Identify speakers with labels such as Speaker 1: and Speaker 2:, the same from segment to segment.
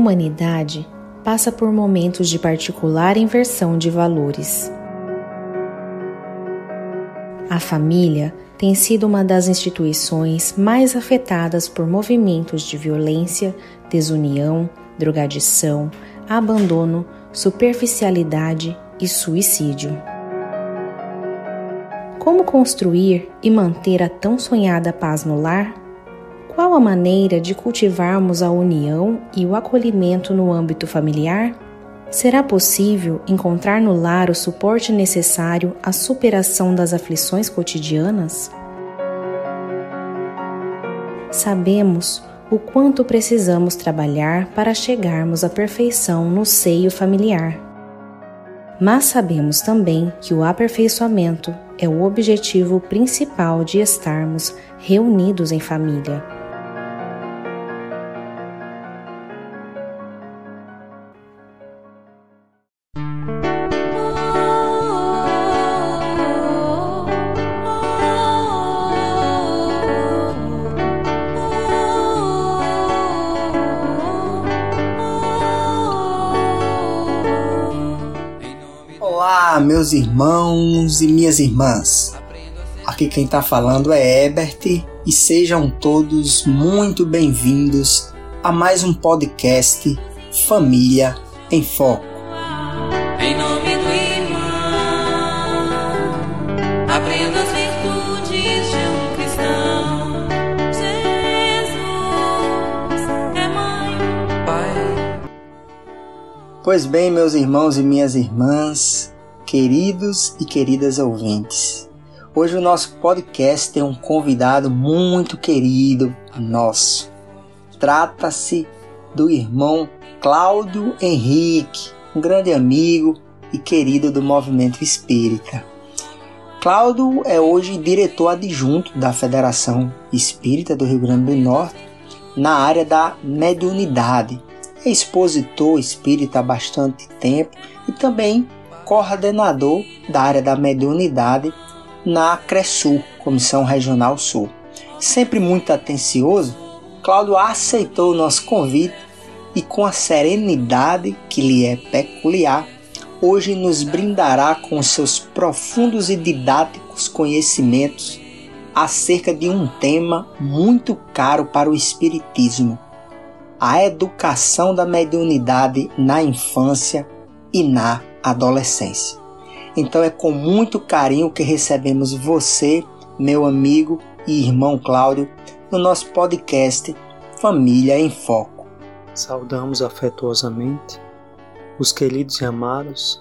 Speaker 1: humanidade passa por momentos de particular inversão de valores. A família tem sido uma das instituições mais afetadas por movimentos de violência, desunião, drogadição, abandono, superficialidade e suicídio. Como construir e manter a tão sonhada paz no lar? Qual a maneira de cultivarmos a união e o acolhimento no âmbito familiar? Será possível encontrar no lar o suporte necessário à superação das aflições cotidianas? Sabemos o quanto precisamos trabalhar para chegarmos à perfeição no seio familiar. Mas sabemos também que o aperfeiçoamento é o objetivo principal de estarmos reunidos em família.
Speaker 2: Olá, meus irmãos e minhas irmãs. Aqui quem está falando é Herbert e sejam todos muito bem-vindos a mais um podcast Família em Foco.
Speaker 3: Em nome do irmão, aprenda as virtudes de um cristão. Jesus é mãe, pai.
Speaker 2: Pois bem, meus irmãos e minhas irmãs, queridos e queridas ouvintes, hoje o nosso podcast tem um convidado muito querido nosso. Trata-se do irmão Cláudio Henrique, um grande amigo e querido do movimento espírita. Cláudio é hoje diretor adjunto da Federação Espírita do Rio Grande do Norte na área da mediunidade. É expositor espírita há bastante tempo e também coordenador da área da mediunidade na CRESUL, Comissão Regional Sul. Sempre muito atencioso, Cláudio aceitou o nosso convite e com a serenidade que lhe é peculiar, hoje nos brindará com seus profundos e didáticos conhecimentos acerca de um tema muito caro para o espiritismo: a educação da mediunidade na infância e na adolescência. Então é com muito carinho que recebemos você, meu amigo e irmão Cláudio, no nosso podcast Família em Foco.
Speaker 4: Saudamos afetuosamente os queridos e amados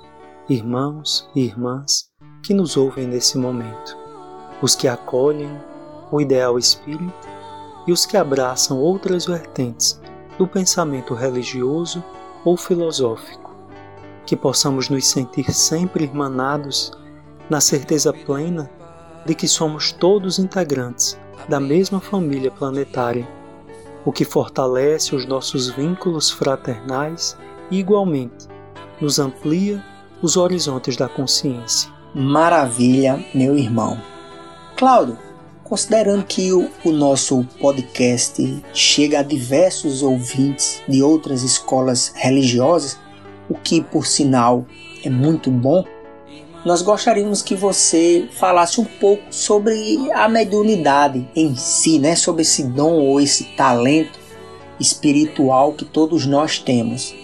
Speaker 4: irmãos e irmãs que nos ouvem nesse momento, os que acolhem o ideal espírita e os que abraçam outras vertentes do pensamento religioso ou filosófico, que possamos nos sentir sempre irmanados na certeza plena de que somos todos integrantes da mesma família planetária, o que fortalece os nossos vínculos fraternais e igualmente nos amplia os horizontes da consciência.
Speaker 2: Maravilha, meu irmão. Cláudio, considerando que o nosso podcast chega a diversos ouvintes de outras escolas religiosas, o que, por sinal, é muito bom, nós gostaríamos que você falasse um pouco sobre a mediunidade em si, né? Sobre esse dom ou esse talento espiritual que todos nós temos.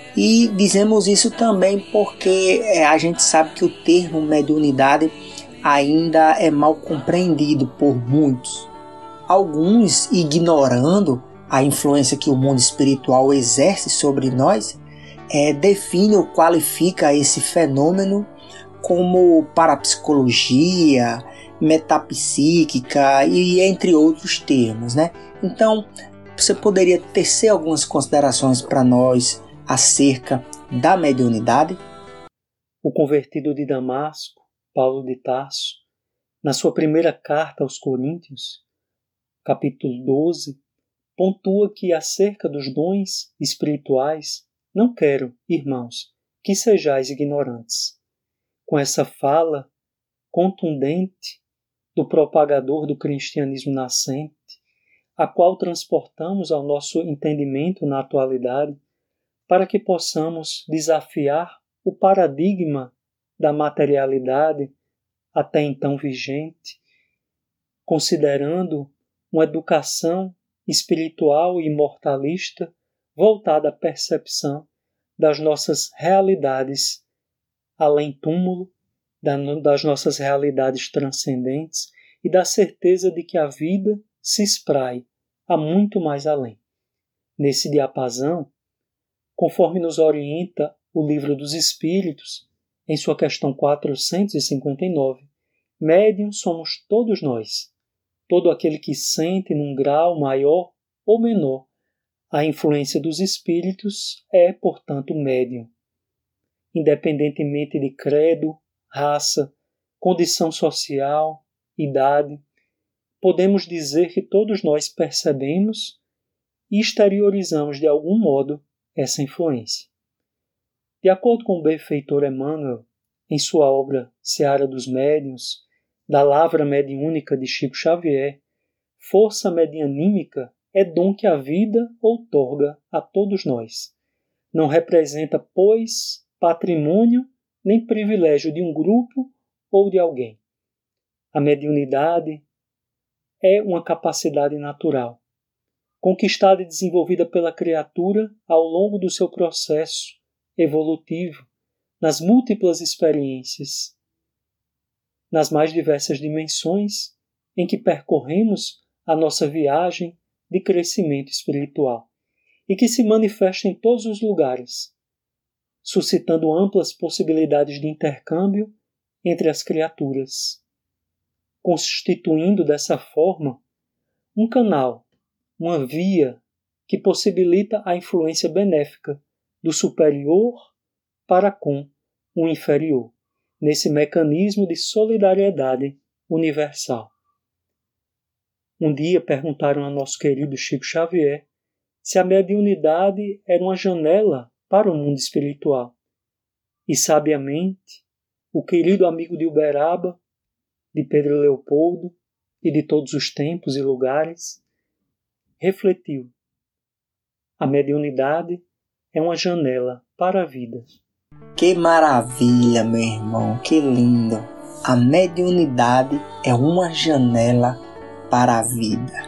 Speaker 2: E dizemos isso também porque a gente sabe que o termo mediunidade ainda é mal compreendido por muitos. Alguns, ignorando a influência que o mundo espiritual exerce sobre nós, define ou qualifica esse fenômeno como parapsicologia, metapsíquica e entre outros termos, né? Então, você poderia tecer algumas considerações para nós acerca da mediunidade?
Speaker 4: O convertido de Damasco, Paulo de Tarso, na sua primeira carta aos Coríntios, capítulo 12, pontua que acerca dos dons espirituais não quero, irmãos, que sejais ignorantes. Com essa fala contundente do propagador do cristianismo nascente, a qual transportamos ao nosso entendimento na atualidade, para que possamos desafiar o paradigma da materialidade até então vigente, considerando uma educação espiritual e imortalista voltada à percepção das nossas realidades além-túmulo, das nossas realidades transcendentes e da certeza de que a vida se espraia a muito mais além. Nesse diapasão, conforme nos orienta o Livro dos Espíritos, em sua questão 459, médium somos todos nós, todo aquele que sente num grau maior ou menor a influência dos espíritos é, portanto, médium. Independentemente de credo, raça, condição social, idade, podemos dizer que todos nós percebemos e exteriorizamos de algum modo essa influência. De acordo com o benfeitor Emmanuel, em sua obra Seara dos Médiuns, da Lavra Mediúnica de Chico Xavier, força medianímica é dom que a vida outorga a todos nós. Não representa, pois, patrimônio nem privilégio de um grupo ou de alguém. A mediunidade é uma capacidade natural, conquistada e desenvolvida pela criatura ao longo do seu processo evolutivo, nas múltiplas experiências, nas mais diversas dimensões em que percorremos a nossa viagem de crescimento espiritual e que se manifesta em todos os lugares, suscitando amplas possibilidades de intercâmbio entre as criaturas, constituindo dessa forma um canal, uma via que possibilita a influência benéfica do superior para com o inferior, nesse mecanismo de solidariedade universal. Um dia perguntaram a nosso querido Chico Xavier se a mediunidade era uma janela para o mundo espiritual. E sabiamente, o querido amigo de Uberaba, de Pedro Leopoldo e de todos os tempos e lugares, refletiu: a mediunidade é uma janela para a vida.
Speaker 2: Que maravilha, meu irmão, que lindo! A mediunidade é uma janela para a vida.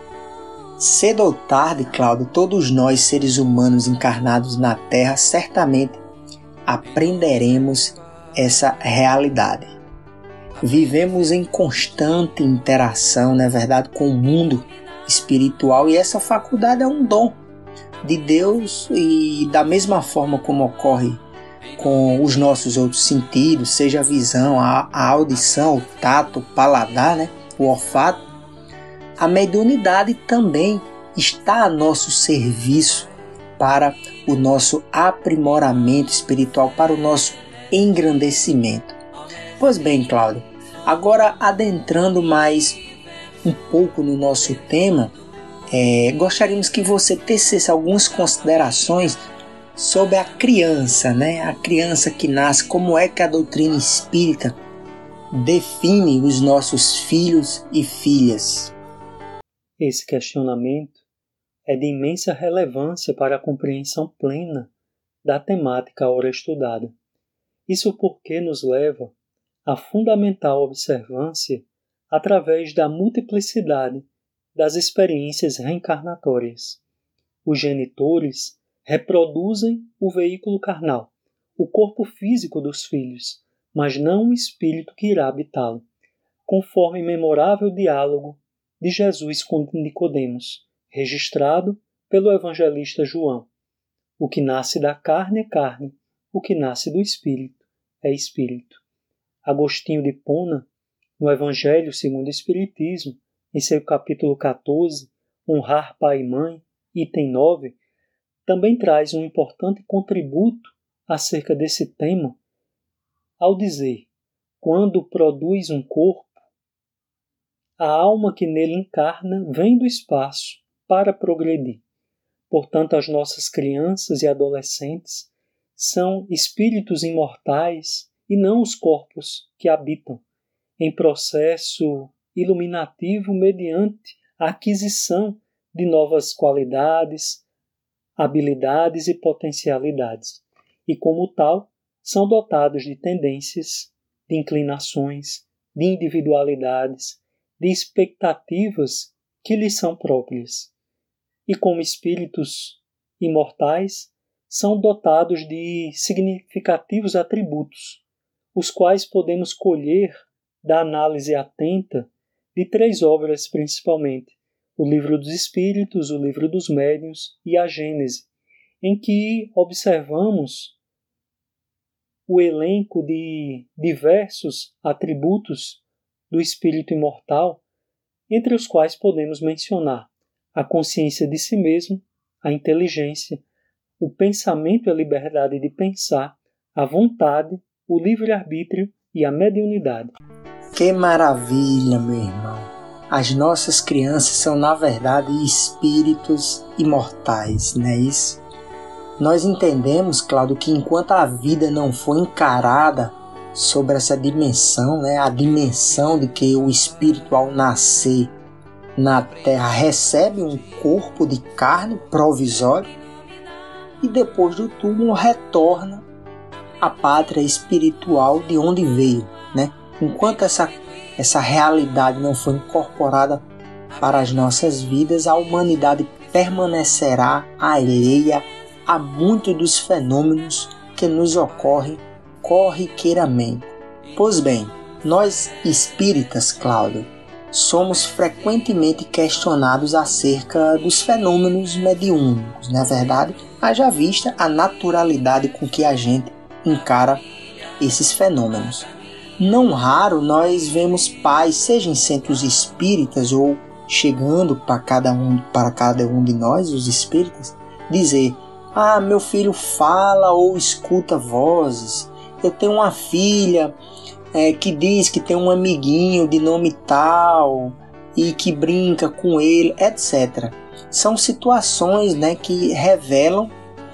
Speaker 2: Cedo ou tarde, Cláudio, todos nós, seres humanos encarnados na Terra, certamente aprenderemos essa realidade. Vivemos em constante interação, não é verdade, com o mundo espiritual, e essa faculdade é um dom de Deus, e da mesma forma como ocorre com os nossos outros sentidos, seja a visão, a audição, o tato, o paladar, o olfato, a mediunidade também está a nosso serviço para o nosso aprimoramento espiritual, para o nosso engrandecimento. Pois bem, Cláudio, agora adentrando mais um pouco no nosso tema, gostaríamos que você tecesse algumas considerações sobre a criança, a criança que nasce, como é que a doutrina espírita define os nossos filhos e filhas.
Speaker 4: Esse questionamento é de imensa relevância para a compreensão plena da temática ora estudada. Isso porque nos leva à fundamental observância através da multiplicidade das experiências reencarnatórias. Os genitores reproduzem o veículo carnal, o corpo físico dos filhos, mas não o espírito que irá habitá-lo, conforme memorável diálogo de Jesus com Nicodemos, registrado pelo evangelista João. O que nasce da carne é carne, o que nasce do espírito é espírito. Agostinho de Hipona, no Evangelho segundo o Espiritismo, em seu capítulo 14, Honrar Pai e Mãe, item 9, também traz um importante contributo acerca desse tema, ao dizer: quando produz um corpo, a alma que nele encarna vem do espaço para progredir. Portanto, as nossas crianças e adolescentes são espíritos imortais e não os corpos que habitam, em processo iluminativo mediante a aquisição de novas qualidades, habilidades e potencialidades, e como tal, são dotados de tendências, de inclinações, de individualidades, de expectativas que lhes são próprias. E como espíritos imortais, são dotados de significativos atributos, os quais podemos colher da análise atenta de 3 obras principalmente, o Livro dos Espíritos, o Livro dos Médiuns e a Gênese, em que observamos o elenco de diversos atributos do espírito imortal, entre os quais podemos mencionar a consciência de si mesmo, a inteligência, o pensamento e a liberdade de pensar, a vontade, o livre-arbítrio e a mediunidade.
Speaker 2: Que maravilha, meu irmão! As nossas crianças são, na verdade, espíritos imortais, não é isso? Nós entendemos, Cláudio, que enquanto a vida não foi encarada sobre essa dimensão, a dimensão de que o espírito, ao nascer na Terra, recebe um corpo de carne provisório e depois do túmulo retorna à pátria espiritual de onde veio, Enquanto essa realidade não foi incorporada para as nossas vidas, a humanidade permanecerá alheia a muitos dos fenômenos que nos ocorrem corriqueiramente. Pois bem, nós espíritas, Cláudio, somos frequentemente questionados acerca dos fenômenos mediúnicos, não é verdade? Haja vista a naturalidade com que a gente encara esses fenômenos. Não raro nós vemos pais, seja em centros espíritas ou chegando para cada um de nós, os espíritas, dizer: meu filho fala ou escuta vozes, eu tenho uma filha que diz que tem um amiguinho de nome tal e que brinca com ele, etc. São situações que revelam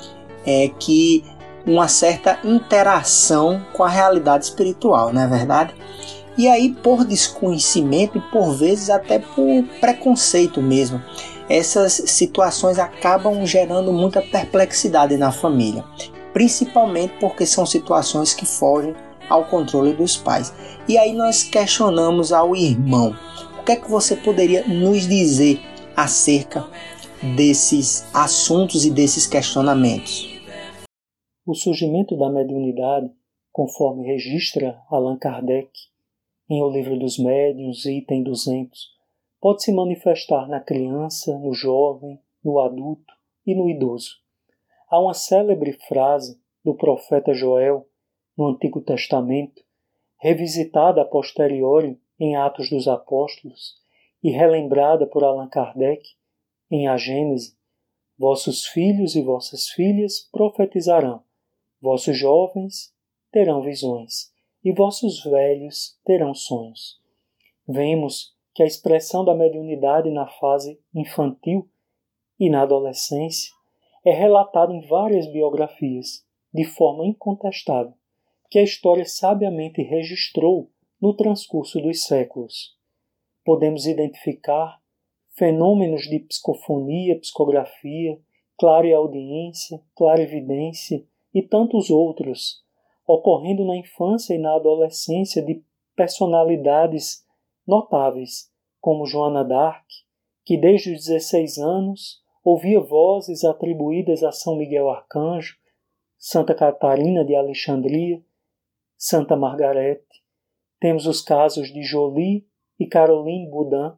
Speaker 2: que uma certa interação com a realidade espiritual, não é verdade? E aí, por desconhecimento e por vezes até por preconceito mesmo, essas situações acabam gerando muita perplexidade na família, principalmente porque são situações que fogem ao controle dos pais. E aí nós questionamos ao irmão: o que é que você poderia nos dizer acerca desses assuntos e desses questionamentos?
Speaker 4: O surgimento da mediunidade, conforme registra Allan Kardec em O Livro dos Médiuns, item 200, pode se manifestar na criança, no jovem, no adulto e no idoso. Há uma célebre frase do profeta Joel, no Antigo Testamento, revisitada a posteriori em Atos dos Apóstolos e relembrada por Allan Kardec em A Gênese: vossos filhos e vossas filhas profetizarão, vossos jovens terão visões, e vossos velhos terão sonhos. Vemos que a expressão da mediunidade na fase infantil e na adolescência é relatada em várias biografias, de forma incontestável, que a história sabiamente registrou no transcurso dos séculos. Podemos identificar fenômenos de psicofonia, psicografia, clareaudiência, clarividência e tantos outros, ocorrendo na infância e na adolescência de personalidades notáveis, como Joana d'Arc, que desde os 16 anos ouvia vozes atribuídas a São Miguel Arcanjo, Santa Catarina de Alexandria, Santa Margarete. Temos os casos de Jolie e Caroline Boudin,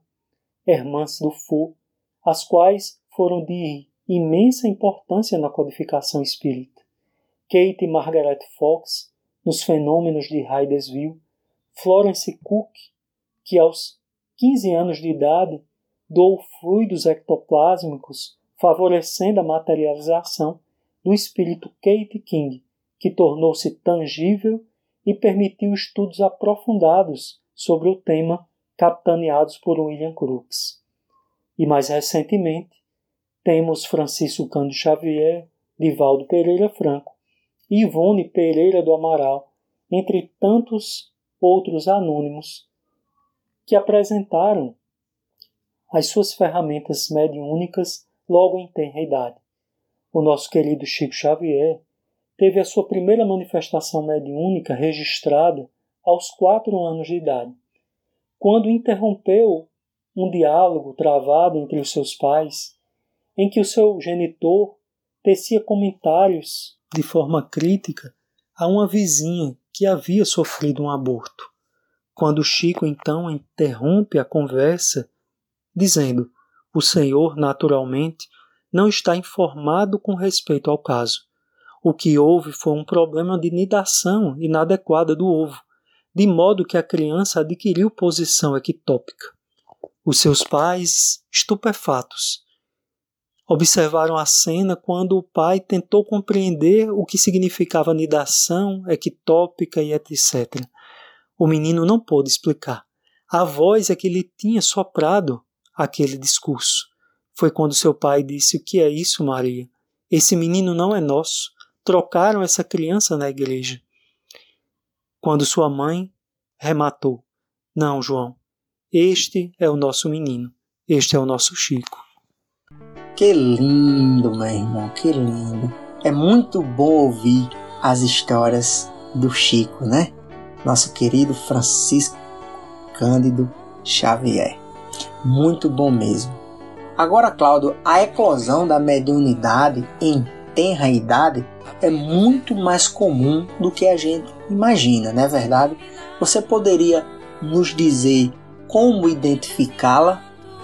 Speaker 4: irmãs do Fou, as quais foram de imensa importância na codificação espírita. Kate e Margaret Fox, nos fenômenos de Hydesville, Florence Cook, que aos 15 anos de idade doou fluidos ectoplásmicos, favorecendo a materialização do espírito Kate King, que tornou-se tangível e permitiu estudos aprofundados sobre o tema, capitaneados por William Crookes. E mais recentemente, temos Francisco Cândido Xavier, Divaldo Pereira Franco e Ivone Pereira do Amaral, entre tantos outros anônimos, que apresentaram as suas ferramentas mediúnicas logo em tenra idade. O nosso querido Chico Xavier teve a sua primeira manifestação mediúnica registrada aos 4 anos de idade, quando interrompeu um diálogo travado entre os seus pais, em que o seu genitor tecia comentários de forma crítica a uma vizinha que havia sofrido um aborto. Quando Chico então interrompe a conversa, dizendo: o senhor, naturalmente, não está informado com respeito ao caso. O que houve foi um problema de nidação inadequada do ovo, de modo que a criança adquiriu posição ectópica. Os seus pais, estupefatos, observaram a cena quando o pai tentou compreender o que significava nidação, ectópica e etc. O menino não pôde explicar. A voz é que lhe tinha soprado aquele discurso. Foi quando seu pai disse: o que é isso, Maria? Esse menino não é nosso. Trocaram essa criança na igreja. Quando sua mãe rematou: não, João, este é o nosso menino. Este é o nosso Chico.
Speaker 2: Que lindo, meu irmão, que lindo. É muito bom ouvir as histórias do Chico, né? Nosso querido Francisco Cândido Xavier. Muito bom mesmo. Agora, Cláudio, a eclosão da mediunidade em tenra idade é muito mais comum do que a gente imagina, não é verdade? Você poderia nos dizer como identificá-la?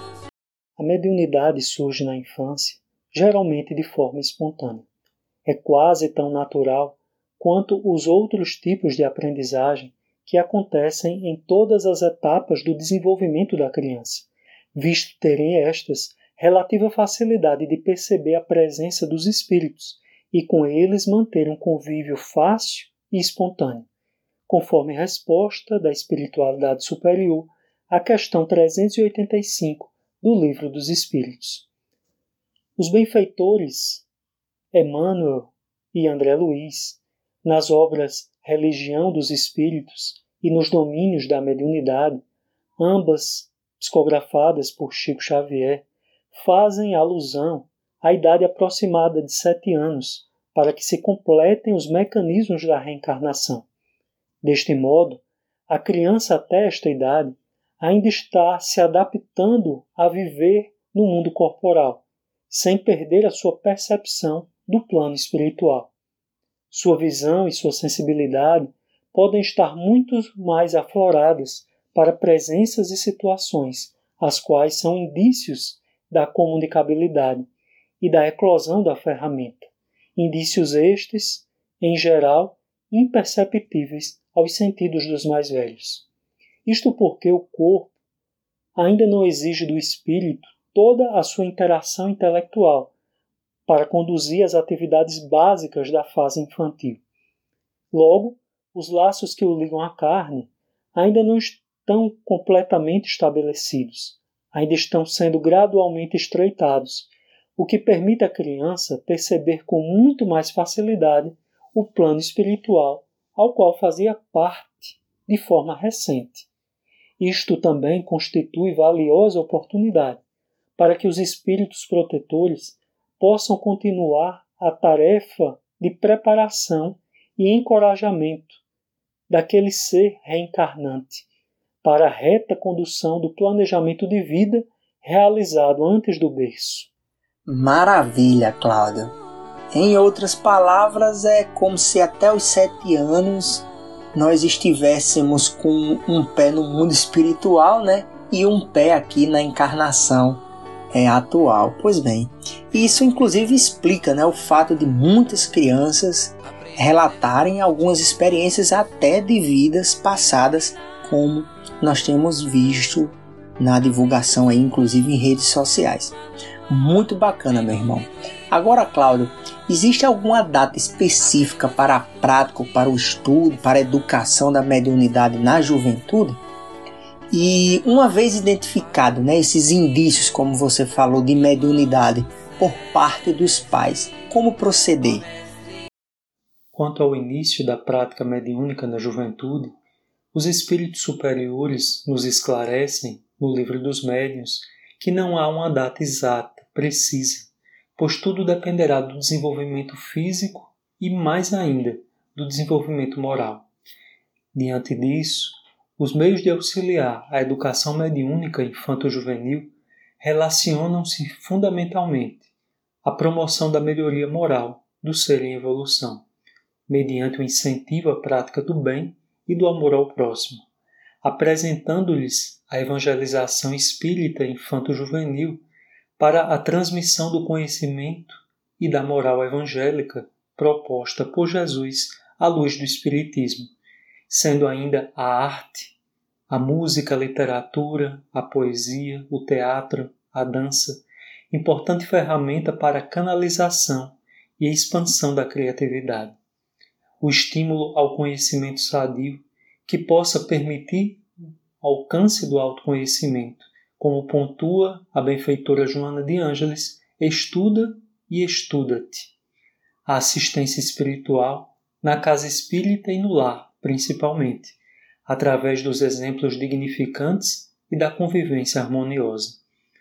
Speaker 4: A mediunidade surge na infância, geralmente de forma espontânea. É quase tão natural quanto os outros tipos de aprendizagem que acontecem em todas as etapas do desenvolvimento da criança, visto terem estas relativa facilidade de perceber a presença dos espíritos e com eles manter um convívio fácil e espontâneo, conforme resposta da espiritualidade superior à questão 385 do Livro dos Espíritos. Os benfeitores Emmanuel e André Luiz, nas obras Religião dos Espíritos e nos Domínios da Mediunidade, ambas psicografadas por Chico Xavier, fazem alusão à idade aproximada de 7 anos, para que se completem os mecanismos da reencarnação. Deste modo, a criança até esta idade ainda está se adaptando a viver no mundo corporal, sem perder a sua percepção do plano espiritual. Sua visão e sua sensibilidade podem estar muito mais afloradas para presenças e situações, as quais são indícios da comunicabilidade e da eclosão da ferramenta. Indícios estes, em geral, imperceptíveis aos sentidos dos mais velhos. Isto porque o corpo ainda não exige do espírito toda a sua interação intelectual para conduzir as atividades básicas da fase infantil. Logo, os laços que o ligam à carne ainda não estão completamente estabelecidos, ainda estão sendo gradualmente estreitados, o que permite à criança perceber com muito mais facilidade o plano espiritual ao qual fazia parte de forma recente. Isto também constitui valiosa oportunidade para que os espíritos protetores possam continuar a tarefa de preparação e encorajamento daquele ser reencarnante para a reta condução do planejamento de vida realizado antes do berço.
Speaker 2: Maravilha, Cláudio. Em outras palavras, é como se até os 7 anos nós estivéssemos com um pé no mundo espiritual, né? E um pé aqui na encarnação atual. Pois bem, isso inclusive explica, né, o fato de muitas crianças relatarem algumas experiências até de vidas passadas, como nós temos visto na divulgação aí, inclusive em redes sociais. Muito bacana, meu irmão. Agora, Cláudio, existe alguma data específica para a prática, para o estudo, para a educação da mediunidade na juventude? E uma vez identificado, né, esses indícios, como você falou, de mediunidade por parte dos pais, como proceder?
Speaker 4: Quanto ao início da prática mediúnica na juventude, os espíritos superiores nos esclarecem, no Livro dos Médiuns, que não há uma data exata, precisa, pois tudo dependerá do desenvolvimento físico e, mais ainda, do desenvolvimento moral. Diante disso, os meios de auxiliar a educação mediúnica infanto-juvenil relacionam-se fundamentalmente à promoção da melhoria moral do ser em evolução, mediante o incentivo à prática do bem e do amor ao próximo, apresentando-lhes a evangelização espírita infanto-juvenil para a transmissão do conhecimento e da moral evangélica proposta por Jesus à luz do Espiritismo, sendo ainda a arte, a música, a literatura, a poesia, o teatro, a dança, importante ferramenta para a canalização e a expansão da criatividade. O estímulo ao conhecimento sadio que possa permitir o alcance do autoconhecimento, como pontua a benfeitora Joana de Ângeles, estuda e estuda-te. A assistência espiritual na casa espírita e no lar, principalmente, através dos exemplos dignificantes e da convivência harmoniosa.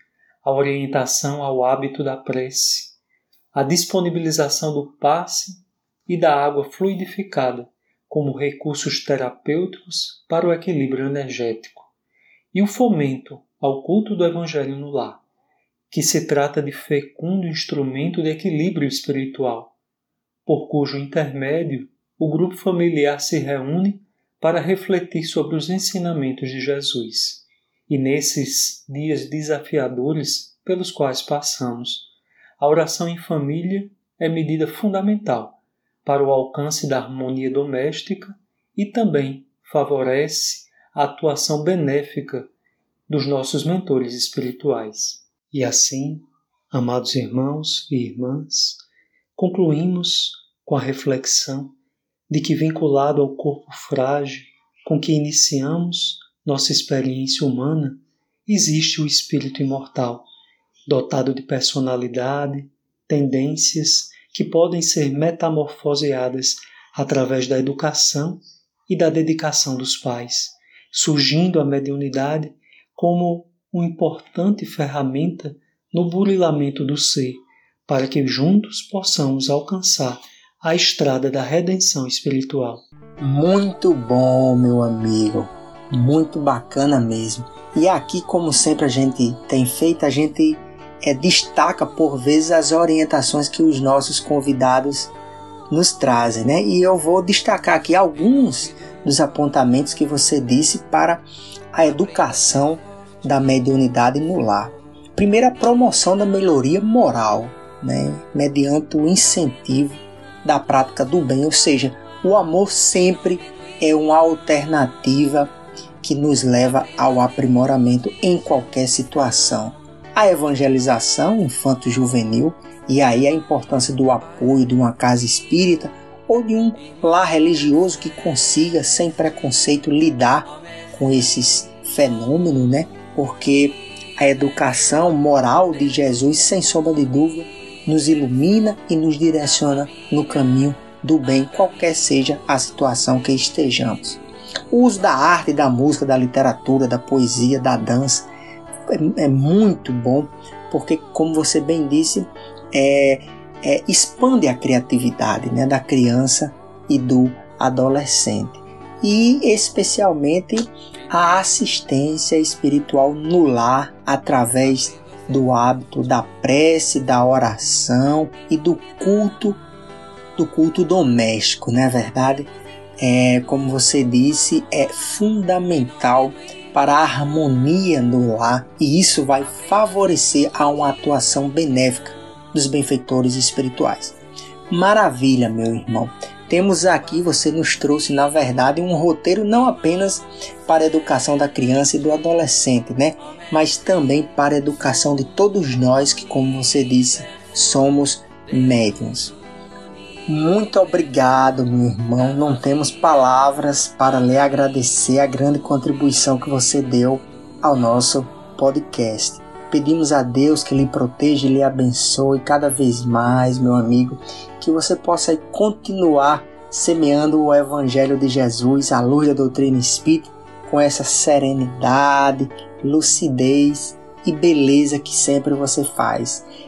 Speaker 4: A orientação ao hábito da prece, a disponibilização do passe e da água fluidificada como recursos terapêuticos para o equilíbrio energético, e o fomento ao culto do Evangelho no lar, que se trata de fecundo instrumento de equilíbrio espiritual, por cujo intermédio o grupo familiar se reúne para refletir sobre os ensinamentos de Jesus. E nesses dias desafiadores pelos quais passamos, a oração em família é medida fundamental para o alcance da harmonia doméstica e também favorece a atuação benéfica dos nossos mentores espirituais. E assim, amados irmãos e irmãs, concluímos com a reflexão de que, vinculado ao corpo frágil com que iniciamos nossa experiência humana, existe o espírito imortal, dotado de personalidade, tendências que podem ser metamorfoseadas através da educação e da dedicação dos pais, surgindo a mediunidade como uma importante ferramenta no burilamento do ser, para que juntos possamos alcançar a estrada da redenção espiritual.
Speaker 2: Muito bom, meu amigo. Muito bacana mesmo. E aqui, como sempre a gente tem feito, a gente destaca por vezes as orientações que os nossos convidados nos trazem, né? E eu vou destacar aqui alguns dos apontamentos que você disse para a educação da mediunidade no lar. Primeiro, a promoção da melhoria moral, né? Mediante o incentivo da prática do bem, ou seja, o amor sempre é uma alternativa que nos leva ao aprimoramento em qualquer situação. A evangelização infanto-juvenil, e aí a importância do apoio de uma casa espírita ou de um lar religioso que consiga, sem preconceito, lidar com esses fenômenos, né? Porque a educação moral de Jesus, sem sombra de dúvida, nos ilumina e nos direciona no caminho do bem, qualquer seja a situação que estejamos. O uso da arte, da música, da literatura, da poesia, da dança é muito bom, porque, como você bem disse, expande a criatividade, né, da criança e do adolescente. E especialmente a assistência espiritual no lar, através do hábito da prece, da oração e do culto doméstico, não é verdade? Como você disse, é fundamental para a harmonia no lar, e isso vai favorecer a uma atuação benéfica dos benfeitores espirituais. Maravilha, meu irmão! Temos aqui, você nos trouxe, na verdade, um roteiro não apenas para a educação da criança e do adolescente, né? Mas também para a educação de todos nós que, como você disse, somos médiuns. Muito obrigado, meu irmão. Não temos palavras para lhe agradecer a grande contribuição que você deu ao nosso podcast. Pedimos a Deus que lhe proteja e lhe abençoe cada vez mais, meu amigo, que você possa continuar semeando o Evangelho de Jesus, à luz da doutrina espírita, com essa serenidade, lucidez e beleza que sempre você faz.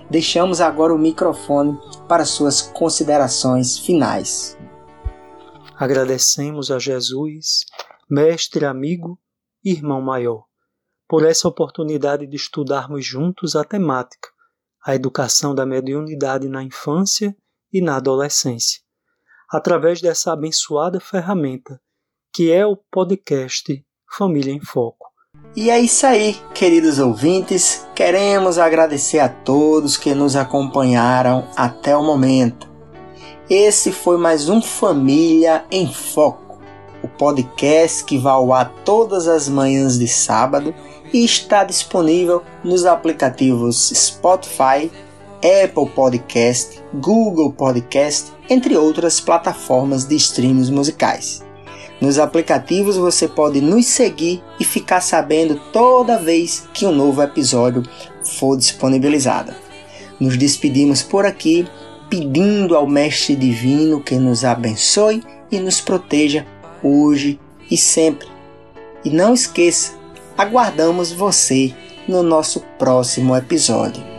Speaker 2: deixamos agora o microfone para suas considerações finais.
Speaker 4: Agradecemos a Jesus, mestre, amigo e irmão maior, por essa oportunidade de estudarmos juntos a temática, a educação da mediunidade na infância e na adolescência, através dessa abençoada ferramenta que é o podcast Família em Foco.
Speaker 2: E é isso aí, queridos ouvintes, queremos agradecer a todos que nos acompanharam até o momento. Esse foi mais um Família em Foco, o podcast que vai ao ar todas as manhãs de sábado e está disponível nos aplicativos Spotify, Apple Podcast, Google Podcast, entre outras plataformas de streams musicais. Nos aplicativos você pode nos seguir e ficar sabendo toda vez que um novo episódio for disponibilizado. Nos despedimos por aqui, pedindo ao Mestre Divino que nos abençoe e nos proteja hoje e sempre. E não esqueça, aguardamos você no nosso próximo episódio.